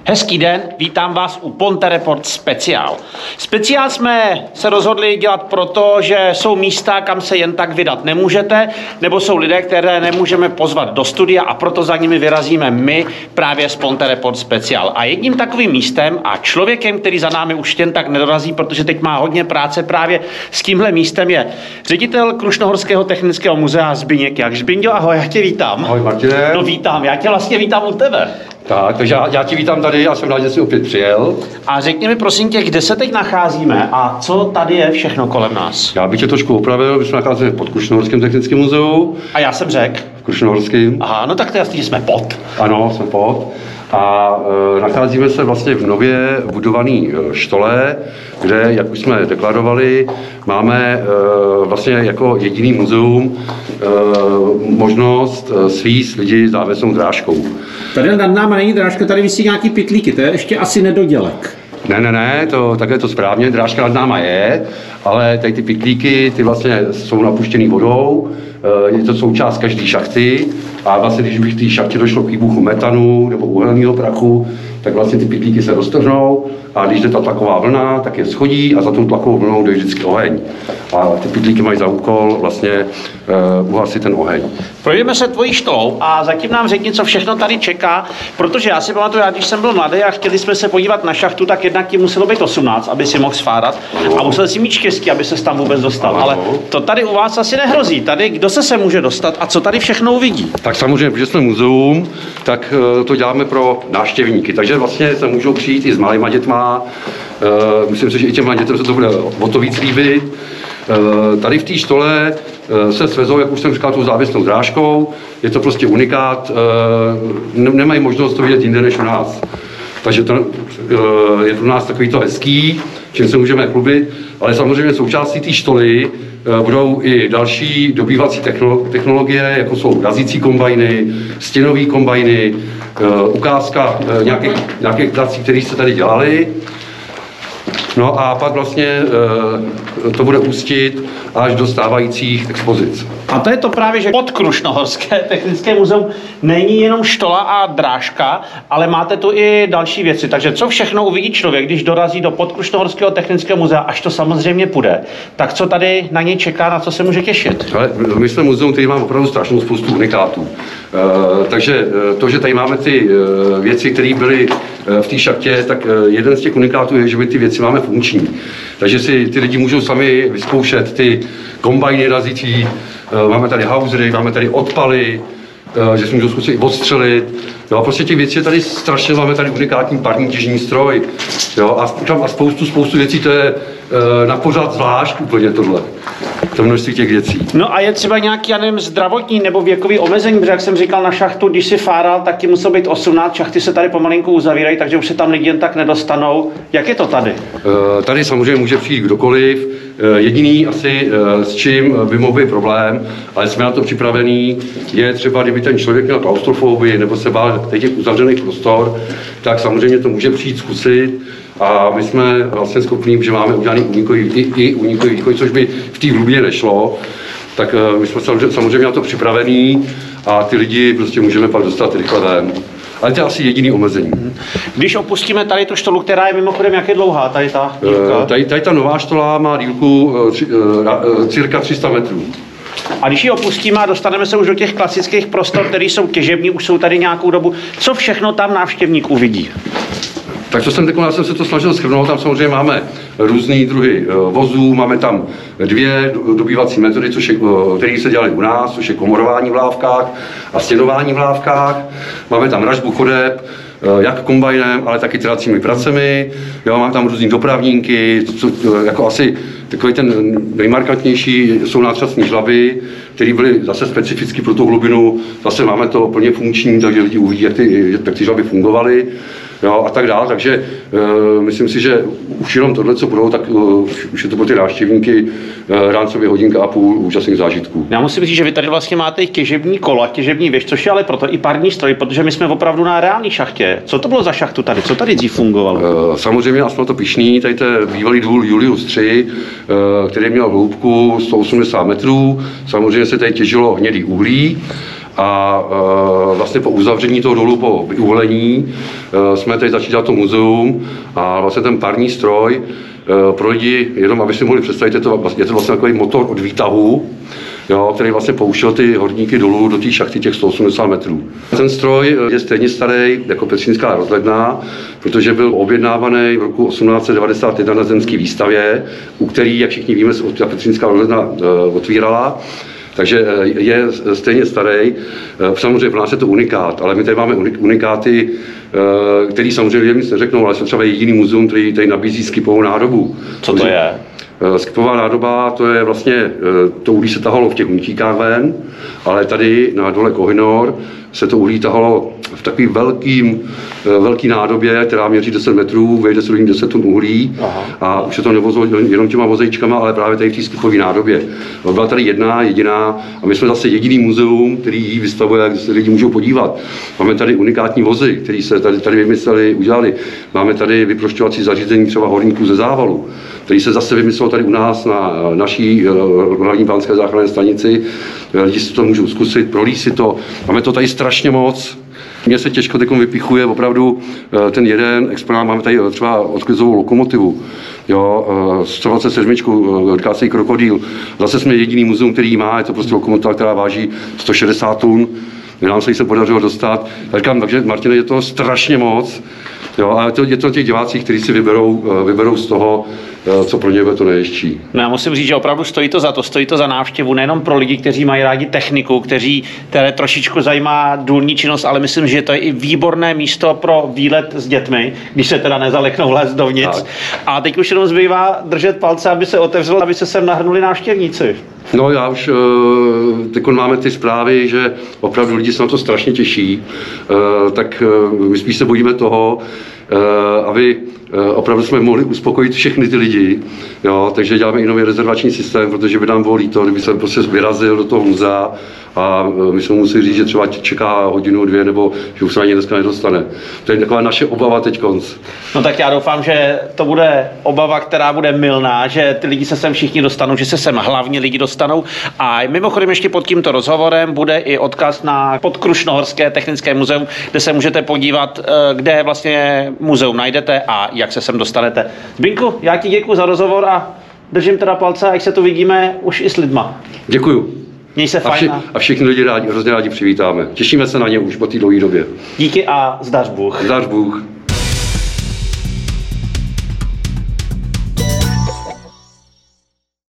Hezký den, vítám vás u Ponte Report Speciál. Speciál jsme se rozhodli dělat proto, že jsou místa, kam se jen tak vydat nemůžete, nebo jsou lidé, které nemůžeme pozvat do studia a proto za nimi vyrazíme my právě z Ponte Report Speciál. A jedním takovým místem a člověkem, který za námi už jen tak nedorazí, protože teď má hodně práce právě s tímhle místem, je ředitel Krušnohorského technického muzea Zbyněk Jak. Zbyňo, ahoj, já tě vítám. Ahoj Martine. No vítám, já tě vlastně vítám u tebe. Tak, takže já tě vítám tady, já jsem rád, že jsi opět přijel. A řekni mi prosím tě, kde se teď nacházíme a co tady je všechno kolem nás? Já bych tě trošku opravil, my jsme nacházíme pod Krušnohorském technickém muzeu. A já jsem řekl. V Krušnohorském. Aha, no tak to je jasný, že jsme pod. Ano, jsme pod. A nacházíme se vlastně v nově budované štole, kde, jak už jsme deklarovali, máme vlastně jako jediný muzeum možnost svízt lidi závěsnou drážkou. Tady nad náma není drážka, tady visí nějaký pytlíky, to je ještě asi nedodělek. Ne, takhle to správně, drážka nad náma je, ale tady ty pytlíky, ty vlastně jsou napuštěný vodou, je to součást každé šachty a vlastně když by v té šachtě došlo k výbuchu metanu nebo uhelného prachu, tak vlastně ty pytlíky se roztrhnou a když jde ta tlaková vlna, tak je schodí a za tou tlakovou vlnou jde vždycky oheň. A ty pytlíky mají za úkol vlastně uhasit ten oheň. Projdeme se tvojí štolou a zatím nám řekni, co všechno tady čeká, protože já si pamatuju, když jsem byl mladý a chtěli jsme se podívat na šachtu, tak jednak ti muselo být 18, aby si mohl sfárat a musel si mít štěstí, aby se tam vůbec dostal. Ale to tady u vás asi nehrozí. Tady kdo se může dostat a co tady všechno uvidí? Tak samozřejmě, protože jsme muzeum, tak to děláme pro návštěvníky. Takže vlastně se můžou přijít i s malýma dětma. Myslím si, že i těm dětem se to bude o to víc líbit. Tady v té štole se svezou, jak už jsem říkal, tou závěsnou drážkou. Je to prostě unikát. Nemají možnost to vidět jinde než u nás. Takže to je pro nás takový to hezký, čím se můžeme chlubit. Ale samozřejmě součástí té štoly budou i další dobývací technologie, jako jsou razící kombajny, stěnové kombajny, ukázka nějakých prací, které se tady dělaly. No a pak vlastně to bude ústit až do stávajících expozic. A to je to právě, že pod Krušnohorské technické muzeum není jenom štola a drážka, ale máte tu i další věci. Takže co všechno uvidí člověk, když dorazí do Podkrušnohorského technického muzea, až to samozřejmě půjde, tak co tady na něj čeká, na co se může těšit? Ale my jsme muzeum, který má opravdu strašnou spoustu unikátů. Takže to, že tady máme ty věci, které byly v té šachtě, tak jeden z těch unikátů je, že my ty věci máme funkční. Takže si ty lidi můžou sami vyzkoušet ty kombajny razící, máme tady hausery, máme tady odpaly, že si můžou zkusit i odstřelit. Jo, a prostě těch věcí je tady strašně, máme tady unikátní parní těžní stroj. Jo, a spoustu věcí, to je na pořád zvlášť úplně tohle. To množství těch věcí. No a je třeba nějaký, já nevím, zdravotní nebo věkový omezení, protože jak jsem říkal na šachtu, když si fáral, tak ti musel být 18, šachty se tady pomalinku uzavírají, takže už se tam lidi jen tak nedostanou. Jak je to tady? Tady samozřejmě může přijít kdokoliv. Jediný asi, s čím by mohl být problém, ale jsme na to připravení, je třeba, kdyby ten člověk měl klaustrofobii nebo se bál těch uzavřených prostor, tak samozřejmě to může přijít zkusit. A my jsme vlastně schopní, že máme udělaný únikový výkoj, což by v té hlubině nešlo, tak my jsme samozřejmě na to připravení a ty lidi prostě můžeme pak dostat rychle ven. Ale to je asi jediný omezení. Když opustíme tady tu štolu, která je mimochodem, jak je dlouhá, tady ta dílka? Tady ta nová štola má dílku cirka 300 metrů. A když ji opustíme a dostaneme se už do těch klasických prostor, které jsou těžební, už jsou tady nějakou dobu, co všechno tam návštěvník uvidí? Tak co jsem řekl, já jsem se to snažil shrnout, tam samozřejmě máme různé druhy vozů, máme tam 2 dobývací metody, které se dělaly u nás, což je komorování v lávkách a stěnování v lávkách. Máme tam ražbu chodeb, jak kombajnem, ale taky tracími pracemi. Jo, máme tam různý dopravníky, jako asi takový ten nejmarkantnější jsou nátrasní žlaby, které byly zase specificky pro tu hlubinu. Zase máme to plně funkční, takže lidi uvidí, jak ty žlaby fungovaly. Jo, a tak dále, takže myslím si, že už jenom tohle, co budou, tak už je to pro ty návštěvníky rámcově hodinka a půl úžasných zážitků. Já musím říct, že vy tady vlastně máte i těžební kolo a těžební věž, což je ale proto i parní stroj, protože my jsme opravdu na reální šachtě. Co to bylo za šachtu tady? Co tady dřív fungovalo? Samozřejmě, a jsme to pyšný, tady to je bývalý důl Julius 3, který měl hloubku 180 metrů. Samozřejmě se tady těžilo hnědý uhlí. A vlastně po uzavření toho dolu, po vyuhlení, jsme tady začali dělat to muzeum a vlastně ten parní stroj pro lidi, jenom aby si mohli představit, je to vlastně takový motor od výtahu, jo, který vlastně pouštěl ty horníky dolů do té šachty těch 180 metrů. Ten stroj je stejně starý jako Petřínská rozhledna, protože byl objednávaný v roku 1891 na zemské výstavě, u který, jak všichni víme, se ta Petřínská rozhledna otvírala. Takže je stejně starý. Samozřejmě pro nás je to unikát, ale my tady máme unikáty, který samozřejmě lidem nic neřeknou, ale jsou třeba jediný muzeum, který tady nabízí skipovou nádobu. Co to je? Skipová nádoba, to je vlastně, to uhlí se tahalo v těch unitíkách ven, ale tady na dole Kohinor se to uhlí tahalo v takový velký nádobě, která měří 10 metrů, vejde se do ní 10 tun uhlí. Aha. A už se to nevozilo jenom těma vozejčkama, ale právě tady v té skipové nádobě. Byla tady jediná a my jsme zase jediný muzeum, který ji vystavuje, kde se lidi můžou podívat. Máme tady unikátní vozy, které se tady vymysleli, udělali. Máme tady vyprošťovací zařízení třeba horníků ze Závalu, který se zase vymyslel tady u nás na naší hlavní bánské záchranné stanici. Lidi si to můžou zkusit, prolít si to. Máme to tady strašně moc. Mně se těžko teď vypichuje opravdu ten jeden exponát. Máme tady třeba odklizovou lokomotivu, jo, 127, říká se jí Krokodýl. Zase jsme jediný muzeum, který má, je to prostě lokomotiva, která váží 160 tun. Nám se jí se podařilo dostat. Takže Martine, je to strašně moc. Jo, ale je to těch divácích, kteří si vyberou z toho, co pro ně bude to nejjezdčí. No, já musím říct, že opravdu stojí to za návštěvu, nejenom pro lidi, kteří mají rádi techniku, které trošičku zajímá důlní činnost, ale myslím, že to je i výborné místo pro výlet s dětmi, když se teda nezaleknou vlézt dovnitř. Tak. A teď už jenom zbývá držet palce, aby se otevřelo, aby se sem nahrnuli návštěvníci. No já už, teď máme ty zprávy, že opravdu lidi se na to strašně těší, tak my spíš se bojíme toho, aby opravdu jsme mohli uspokojit všechny ty lidi, jo, takže děláme i nový rezervační systém, protože by nám bylo líto, kdyby se prostě vyrazil do toho muzea a my jsme museli říct, že třeba čeká hodinu, 2, nebo že už se ani dneska nedostane. To je taková naše obava teď konc. No tak já doufám, že to bude obava, která bude mylná, že ty lidi se sem všichni dostanou, že se sem hlavně lidi dostanou. A mimochodem ještě pod tímto rozhovorem bude i odkaz na Podkrušnohorské technické muzeum, kde se můžete podívat, kde vlastně muzeum najdete a jak se sem dostanete. Zbyňku, já ti děkuji za rozhovor a držím teda palce, jak se tu vidíme už i s lidma. Děkuju. Měj se fajn. A všichni lidi hrozně rádi přivítáme. Těšíme se na ně už po té dlouhé době. Díky a zdař Bůh. Zdař Bůh.